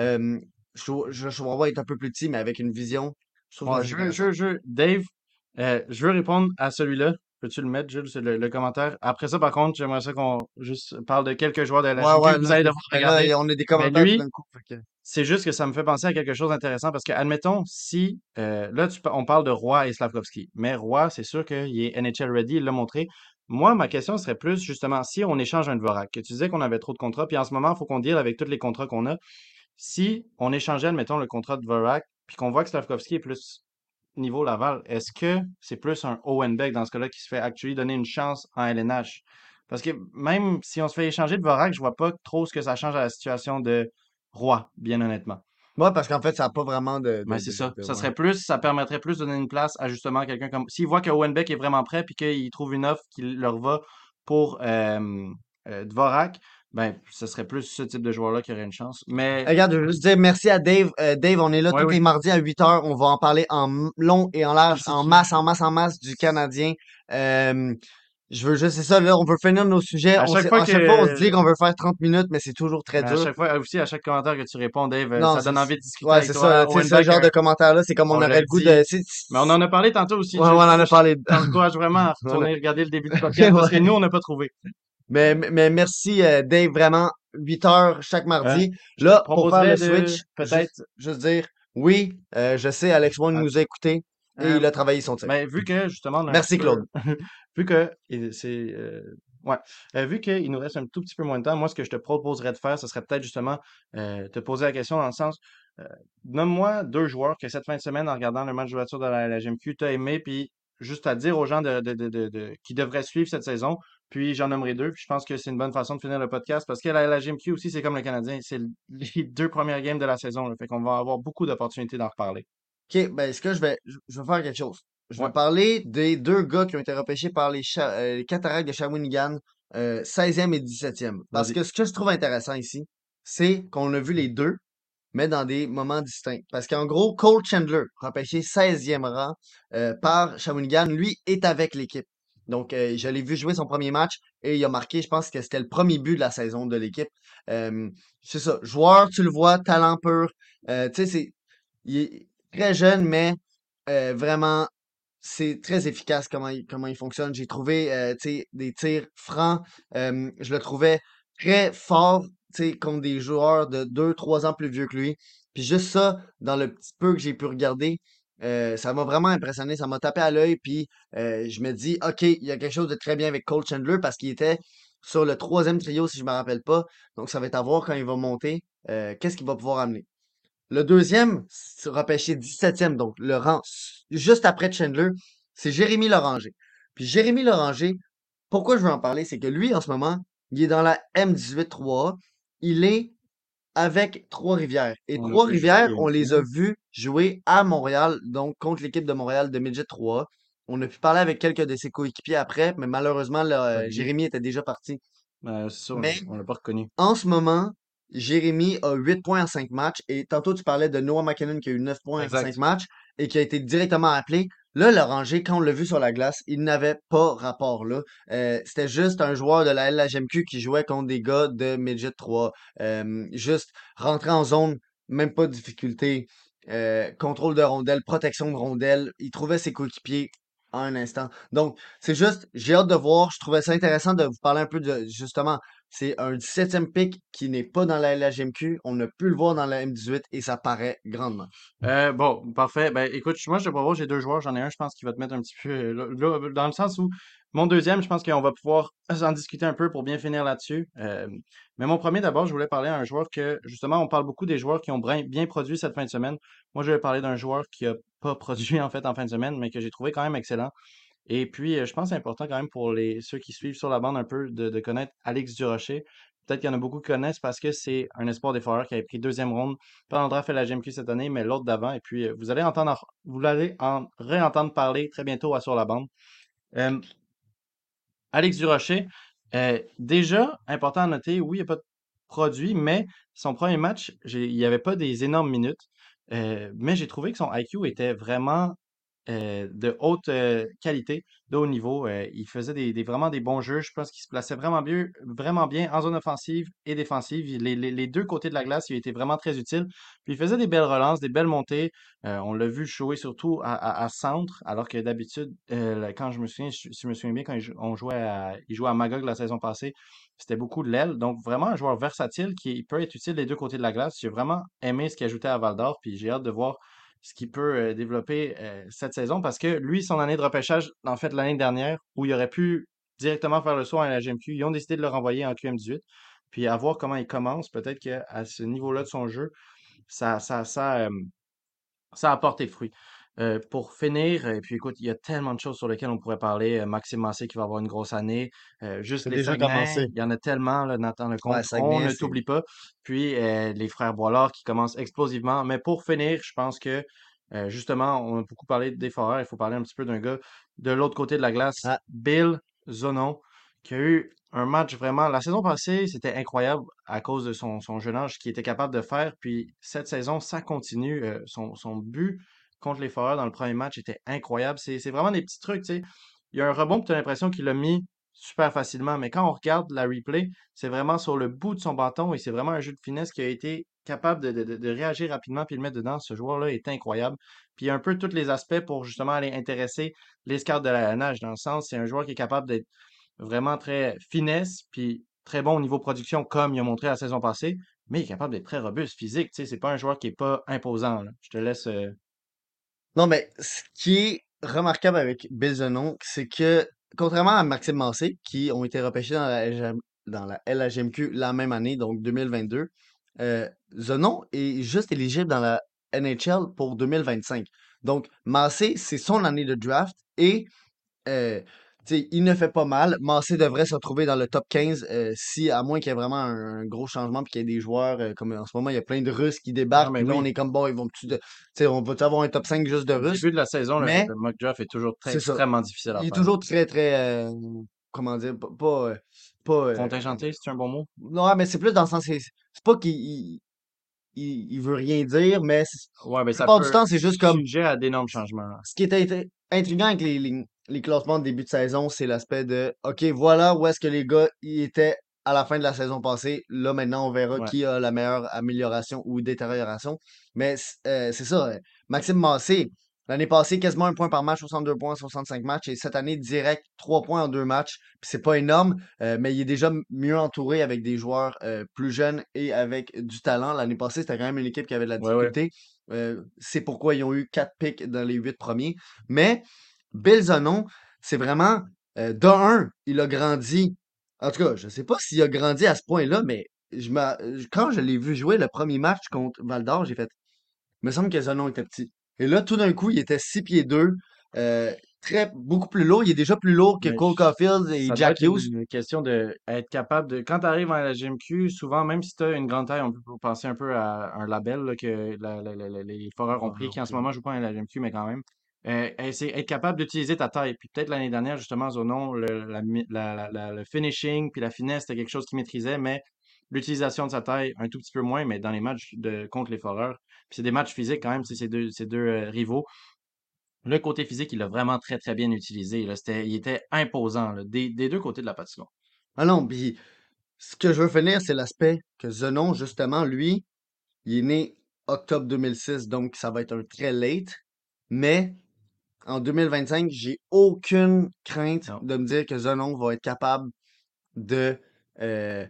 Joshua Roy est un peu plus petit, mais avec une vision, je trouve Bon, très intéressant. Dave, je veux répondre à celui-là. Peux-tu le mettre, Jules, c'est le commentaire? Après ça, par contre, j'aimerais ça qu'on juste parle de quelques joueurs de la Ouais, LHMQ ouais, que vous là, allez devoir ben là, regarder. on a des Mais commentaires tout lui, d'un coup. Fait que... c'est juste que ça me fait penser à quelque chose d'intéressant parce que, admettons, si là, on parle de Roy et Slavkovski, mais Roy, c'est sûr qu'il est NHL ready, il l'a montré. Moi, ma question serait plus justement si on échange un Dvorak, que tu disais qu'on avait trop de contrats, puis en ce moment, il faut qu'on deal avec tous les contrats qu'on a. Si on échangeait, admettons, le contrat de Dvorak, puis qu'on voit que Slavkovski est plus niveau Laval, est-ce que c'est plus un Owen Beck dans ce cas-là qui se fait actually donner une chance en LNH? Parce que même si on se fait échanger de Vorak, je vois pas trop ce que ça change à la situation de Roy, bien honnêtement. Ouais, parce qu'en fait, ça n'a pas vraiment Mais c'est ça. Ça ouais. serait plus, ça permettrait plus de donner une place à justement quelqu'un comme. S'il voit que Owen Beck est vraiment prêt puis qu'il trouve une offre qui leur va pour Dvorak, ben, ce serait plus ce type de joueur-là qui aurait une chance. Mais, Regarde, je veux juste dire merci à Dave. Dave, on est là ouais, tous oui. les mardis à 8 h. On va en parler long et en Lui, large, c'est en qui? masse, en masse, en masse du Canadien. Euh, je veux juste, c'est ça, là, on veut finir nos sujets. À chaque fois À chaque fois, on se que. dit qu'on veut faire 30 minutes, mais c'est toujours très Mais à dur. chaque fois, aussi, à chaque commentaire que tu réponds, Dave, Non, ça donne envie de discuter ouais, avec c'est ça. toi. Tu sais, Owen ce Beck, genre de commentaires-là, c'est comme on on aurait l'a le goût de. dit. Mais on en a parlé tantôt aussi, Ouais, on Jules. en a Ça, je parlé. t'encourage vraiment à On a- retourner regarder le début du podcast parce que Ouais. nous, on n'a pas trouvé. Mais merci, Dave, vraiment. 8 h chaque Euh, mardi. je te Là, pour faire proposerais le de switch, peut-être. juste dire, oui, je sais, Alex Wong euh, nous a écoutés et euh, il a travaillé son tir. mais vu que justement, on a un petit Merci, peu. Claude. Vu que c'est. Ouais. Vu qu'il nous reste un tout petit peu moins de temps, moi, ce que je te proposerais de faire, ce serait peut-être justement te poser la question dans le sens. euh, Nomme-moi 2 joueurs que cette fin de semaine, en regardant le match de voiture de la GMQ, t'as aimé, puis juste à dire aux gens qui devraient suivre cette saison. Puis j'en nommerai deux. Puis je pense que c'est une bonne façon de finir le podcast parce que la GMQ aussi, c'est comme le Canadien. C'est les deux premières games de la saison. Là. Fait qu'on va avoir beaucoup d'opportunités d'en reparler. OK, ben, est-ce que je vais faire quelque chose? Je Ouais, vais parler des deux gars qui ont été repêchés par les Cataractes de Shawinigan, 16e et 17e. Parce vas-y. que ce que je trouve intéressant ici, c'est qu'on a vu les deux, mais dans des moments distincts. Parce qu'en gros, Cole Chandler, repêché 16e rang par Shawinigan, lui est avec l'équipe. Donc, je l'ai vu jouer son premier match et il a marqué, je pense que c'était le premier but de la saison de l'équipe. Euh, c'est ça, joueur, tu le vois, talent pur. Tu sais, il est très jeune, mais vraiment, c'est très efficace comment il fonctionne. J'ai trouvé tu sais, des tirs francs. Je le trouvais très fort tu sais, contre des joueurs de 2, 3 ans plus vieux que lui. Puis juste ça, dans le petit peu que j'ai pu regarder, ça m'a vraiment impressionné. Ça m'a tapé à l'œil. Puis je me dis, OK, il y a quelque chose de très bien avec Cole Chandler parce qu'il était sur le troisième trio, si je me rappelle pas. Donc ça va être à voir quand il va monter. Qu'est-ce qu'il va pouvoir amener. Le deuxième, repêché 17e, donc le rang juste après Chandler, c'est Jérémy Loranger. Puis Jérémy Loranger, pourquoi je veux en parler, c'est que lui, en ce moment, il est dans la M18-3A. Il est avec Trois-Rivières. Et On a pu Trois-Rivières, jouer un on les a coup. vus jouer à Montréal, donc contre l'équipe de Montréal de Midget 3A. On a pu parler avec quelques de ses coéquipiers après, mais malheureusement, Pas là, de vie. Jérémy était déjà parti. C'est ça, Mais on l'a pas reconnu. en ce moment, Jérémy a 8 points en 5 matchs. Et tantôt, tu parlais de Noah McKinnon qui a eu 9 points en 5 Exact. matchs et qui a été directement appelé. Là, Loranger, quand on l'a vu sur la glace, il n'avait pas rapport là. C'était juste un joueur de la LHMQ qui jouait contre des gars de Midget 3. Juste rentrer en zone, même pas de difficulté. Contrôle de rondelle, protection de rondelle. Il trouvait ses coéquipiers en un instant. Donc, c'est juste, j'ai hâte de voir. Je trouvais ça intéressant de vous parler un peu de, justement, c'est un 17e pick qui n'est pas dans la LHMQ. On a pu le voir dans la M18 et ça paraît grandement. Bon, parfait. Ben, écoute, moi, je te propose, j'ai deux joueurs. J'en ai un, je pense, qui va te mettre un petit peu dans le sens où mon deuxième, je pense qu'on va pouvoir en discuter un peu pour bien finir là-dessus. Mais mon premier, d'abord, je voulais parler à un joueur que, justement, on parle beaucoup des joueurs qui ont bien produit cette fin de semaine. Moi, je vais parler d'un joueur qui a pas produit, en fait, en fin de semaine, mais que j'ai trouvé quand même excellent. Et puis, je pense que c'est important quand même pour ceux qui suivent sur la bande un peu de connaître Alex Durocher. Peut-être qu'il y en a beaucoup qui connaissent parce que c'est un espoir des Foreurs qui avait pris deuxième ronde, pas dans le draft et la GMQ cette année, mais l'autre d'avant. Et puis, vous allez en réentendre parler très bientôt à sur la bande. Euh, Alex Durocher, déjà, important à noter, oui, il n'y a pas de produit, mais son premier match, il n'y avait pas des énormes minutes. Mais j'ai trouvé que son IQ était vraiment de haute qualité, de haut niveau. Il faisait vraiment des bons jeux. Je pense qu'il se plaçait vraiment bien en zone offensive et défensive. Les deux côtés de la glace, il était vraiment très utile. Puis il faisait des belles relances, des belles montées. On l'a vu jouer surtout à centre, alors que d'habitude, quand je me souviens, si je me souviens bien, quand il jouait à Magog la saison passée, c'était beaucoup de l'aile. Donc vraiment un joueur versatile qui peut être utile des deux côtés de la glace. J'ai vraiment aimé ce qu'il ajoutait à Val d'Or, puis j'ai hâte de voir ce qu'il peut développer cette saison parce que lui, son année de repêchage, en fait, l'année dernière, où il aurait pu directement faire le saut à la GMQ, ils ont décidé de le renvoyer en QM18. Puis à voir comment il commence, peut-être qu'à ce niveau-là de son jeu, ça, ça, ça, euh, ça a porté fruit. Pour finir, et puis écoute, il y a tellement de choses sur lesquelles on pourrait parler. Maxime Massé qui va avoir une grosse année. Juste C'est les déjà Saguenay, commencé. il y en a tellement, là, Nathan Ouais, Lecomte. On Saguenay, ne c'est. t'oublie pas. Puis les frères Boilard qui commencent explosivement. Mais pour finir, je pense que justement, on a beaucoup parlé des Foreurs. Il faut parler un petit peu d'un gars de l'autre côté de la glace, Ah, Bill Zonon, qui a eu un match vraiment. La saison passée, c'était incroyable à cause de son jeune âge, ce qu'il était capable de faire. Puis cette saison, ça continue. Son but contre les Foreurs dans le premier match était incroyable. C'est vraiment des petits trucs, tu sais. Il y a un rebond, tu as l'impression qu'il l'a mis super facilement. Mais quand on regarde la replay, c'est vraiment sur le bout de son bâton et c'est vraiment un jeu de finesse qui a été capable de réagir rapidement puis le mettre dedans. Ce joueur-là est incroyable. Puis il y a un peu tous les aspects pour justement aller intéresser les scouts de la nage. Dans le sens, c'est un joueur qui est capable d'être vraiment très finesse puis très bon au niveau production comme il a montré la saison passée. Mais il est capable d'être très robuste, physique. Tu sais, c'est pas un joueur qui est pas imposant, là. Je te laisse. non, mais ce qui est remarquable avec Bill Zenon, c'est que, contrairement à Maxime Massé, qui ont été repêchés dans la LHMQ la même année, donc 2022, Zenon est juste éligible dans la NHL pour 2025. Donc, Massé, c'est son année de draft et euh, il ne fait pas mal. Massé devrait se retrouver dans le top 15 si, à moins qu'il y ait vraiment un gros changement puis qu'il y ait des joueurs comme en ce moment, il y a plein de Russes qui Non, débarquent. mais Puis là, on oui. est comme bon, ils vont on va avoir un top 5 juste de Au Russes. début de la saison, Mais le mock draft est toujours c'est ça. extrêmement difficile à Il est faire. toujours très, très comment dire, pas Contingenté, c'est un bon mot? non, mais c'est plus dans le sens, c'est pas qu'il veut rien dire, mais Ouais, mais la ça plupart du peut temps, c'est juste comme sujet à d'énormes changements, là. ce qui était intriguant avec les classements de début de saison, c'est l'aspect de OK, voilà où est-ce que les gars y étaient à la fin de la saison passée. Là, maintenant, on verra Ouais. qui a la meilleure amélioration ou détérioration. Mais c'est ça, Maxime Massé, l'année passée, quasiment 1 point par match, 62 points, 65 matchs. Et cette année, direct, 3 points en 2 matchs. Puis c'est pas énorme, mais il est déjà mieux entouré avec des joueurs plus jeunes et avec du talent. L'année passée, c'était quand même une équipe qui avait de la Ouais, ouais. difficulté. C'est pourquoi ils ont eu 4 picks dans les 8 premiers. Mais Bill Zonon, c'est vraiment, de un, il a grandi. En tout cas, je sais pas s'il a grandi à ce point-là, mais quand je l'ai vu jouer le premier match contre Val d'Or, j'ai fait, il me semble que Zonon était petit. Et là, tout d'un coup, il était 6 pieds 2, beaucoup plus lourd. Il est déjà plus lourd que Mais Cole Caulfield et ça doit Jack être Hughes. une question de être capable de. Quand tu arrives à la GMQ, souvent, même si tu as une grande taille, on peut penser un peu à un label là, que les Foreurs ont pris, qui en ce moment ne joue pas à la GMQ, mais quand même. C'est être capable d'utiliser ta taille. Puis peut-être l'année dernière, justement, Zonon, le finishing puis la finesse, c'était quelque chose qu'il maîtrisait, mais l'utilisation de sa taille, un tout petit peu moins, mais dans les matchs contre les Foreurs. Puis c'est des matchs physiques quand même, c'est ces deux rivaux. Le côté physique, il l'a vraiment très, très bien utilisé, là. Il était imposant, là, des deux côtés de la patinoire. Ah non, puis ce que je veux finir, c'est l'aspect que Zonon, justement, lui, il est né octobre 2006, donc ça va être un très late. Mais en 2025, j'ai aucune crainte Non. de me dire que Zonon va être capable de. euh,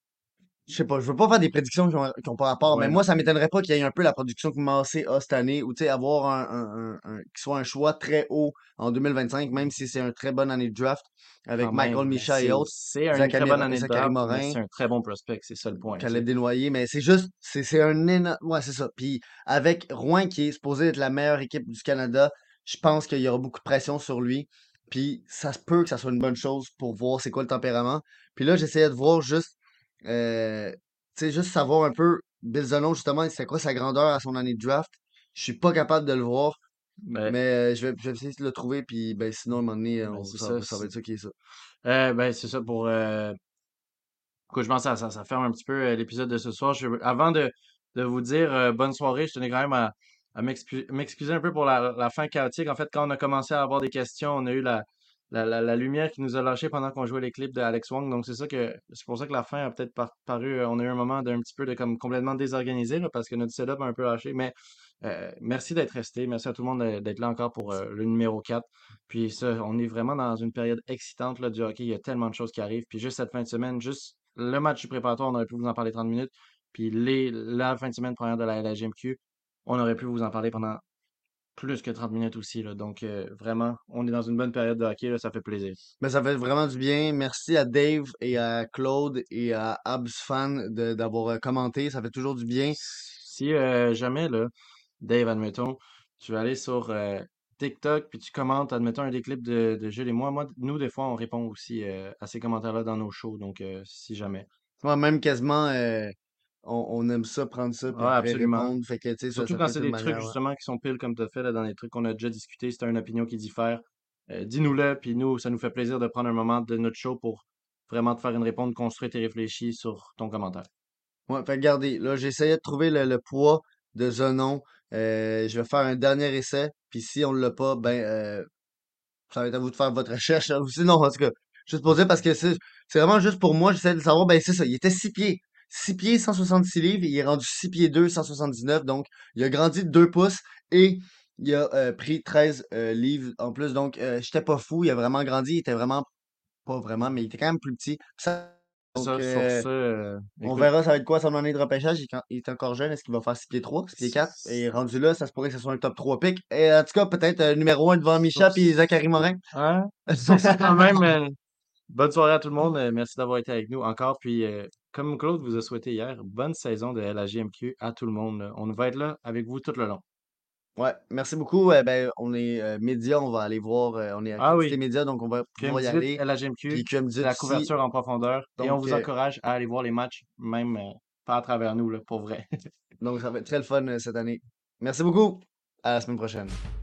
je sais pas, je veux pas faire des prédictions qui ont pas rapport, mais Ouais, non. moi, ça m'étonnerait pas qu'il y ait un peu la production que Massé a cette année, ou tu sais, avoir qu'il soit un choix très haut en 2025, même si c'est une très bonne année de draft, avec Quand même, Michael mais Micha et autres, c'est une très bonne année de Zachary draft, mais Morin, c'est un très bon prospect, c'est ça le point, tu Caleb sais. Desnoyers, mais c'est juste, c'est un énorme. Ouais, c'est ça. Puis avec Rouen qui est supposé être la meilleure équipe du Canada, je pense qu'il y aura beaucoup de pression sur lui. Puis ça se peut que ça soit une bonne chose pour voir c'est quoi le tempérament. Puis là, j'essayais de voir juste, tu sais, juste savoir un peu, Bill Zono, justement, c'est quoi sa grandeur à son année de draft. Je suis pas capable de le voir, Ben, mais je vais essayer de le trouver. Puis ben, sinon, à un moment donné, ben, c'est ça, ça. ça va être ça qui est ça. Ben, c'est ça pour. Écoute, je pense que ça ferme un petit peu l'épisode de ce soir. Avant de vous dire bonne soirée, je tenais quand même à m'excuser un peu pour la fin chaotique. En fait, quand on a commencé à avoir des questions, on a eu la lumière qui nous a lâché pendant qu'on jouait les clips de Alex Wong. Donc, c'est pour ça que la fin a peut-être paru. On a eu un moment d'un petit peu de comme complètement désorganisé, là, parce que notre setup a un peu lâché. Mais merci d'être resté. Merci à tout le monde d'être là encore pour le numéro 4. Puis ça, on est vraiment dans une période excitante là, du hockey. Il y a tellement de choses qui arrivent. Puis juste cette fin de semaine, juste le match du préparatoire, on aurait pu vous en parler 30 minutes. Puis la fin de semaine première de la LHGMQ, on aurait pu vous en parler pendant plus que 30 minutes aussi, là. Donc, vraiment, on est dans une bonne période de hockey, là, ça fait plaisir. Mais ça fait vraiment du bien. Merci à Dave et à Claude et à Absfan d'avoir commenté. Ça fait toujours du bien. Si jamais, là, Dave, admettons, tu vas aller sur TikTok, puis tu commentes, admettons, un des clips de Jules et moi. Nous, des fois, on répond aussi à ces commentaires-là dans nos shows. Donc, si jamais. Moi, même quasiment, on aime ça, prendre ça, puis Ouais, après absolument. répondre. Fait que, tu sais, Surtout ça quand peut c'est être une des trucs manière. Ouais. justement qui sont pile comme tu as fait là, dans les trucs qu'on a déjà discuté, si tu as une opinion qui diffère, dis-nous-le, puis nous, ça nous fait plaisir de prendre un moment de notre show pour vraiment te faire une réponse construite et réfléchie sur ton commentaire. Ouais, fait que regardez, là, j'ai essayé de trouver le poids de Zonon. Je vais faire un dernier essai. Puis si on l'a pas, ben, ça va être à vous de faire votre recherche. Ou sinon, en tout cas, juste pour dire, parce que c'est vraiment juste pour moi, j'essaie de savoir, ben, c'est ça. Il était 6 pieds. 6 pieds, 166 livres. Il est rendu 6 pieds 2, 179. Donc, il a grandi de 2 pouces et il a pris 13 livres en plus. Donc, j'étais pas fou. Il a vraiment grandi. Il était vraiment, pas vraiment, mais il était quand même plus petit. Donc, Ça, sur ça, on écoute, verra ça va être quoi son année de repêchage. Il est encore jeune. Est-ce qu'il va faire 6 pieds 3, 6 pieds 4? Et rendu là, ça se pourrait que ce soit un top 3 pick. Et en tout cas, peut-être numéro 1 devant sur, Micha et Zachary Morin. hein? Sur ça quand même, bonne soirée à tout le monde. Merci d'avoir été avec nous encore. Puis, comme Claude vous a souhaité hier, bonne saison de LHJMQ à tout le monde, là. On va être là avec vous tout le long. Ouais, merci beaucoup. Ben, on est médias, on va aller voir. On est Ah accrédité oui, médias, donc on va pouvoir y QM18, aller. Puis LHMQ, QM18 c'est la aussi. couverture en profondeur. Et on Donc, vous encourage à aller voir les matchs, même pas à travers nous, là, pour vrai. donc ça va être très le fun cette année. Merci beaucoup. À la semaine prochaine.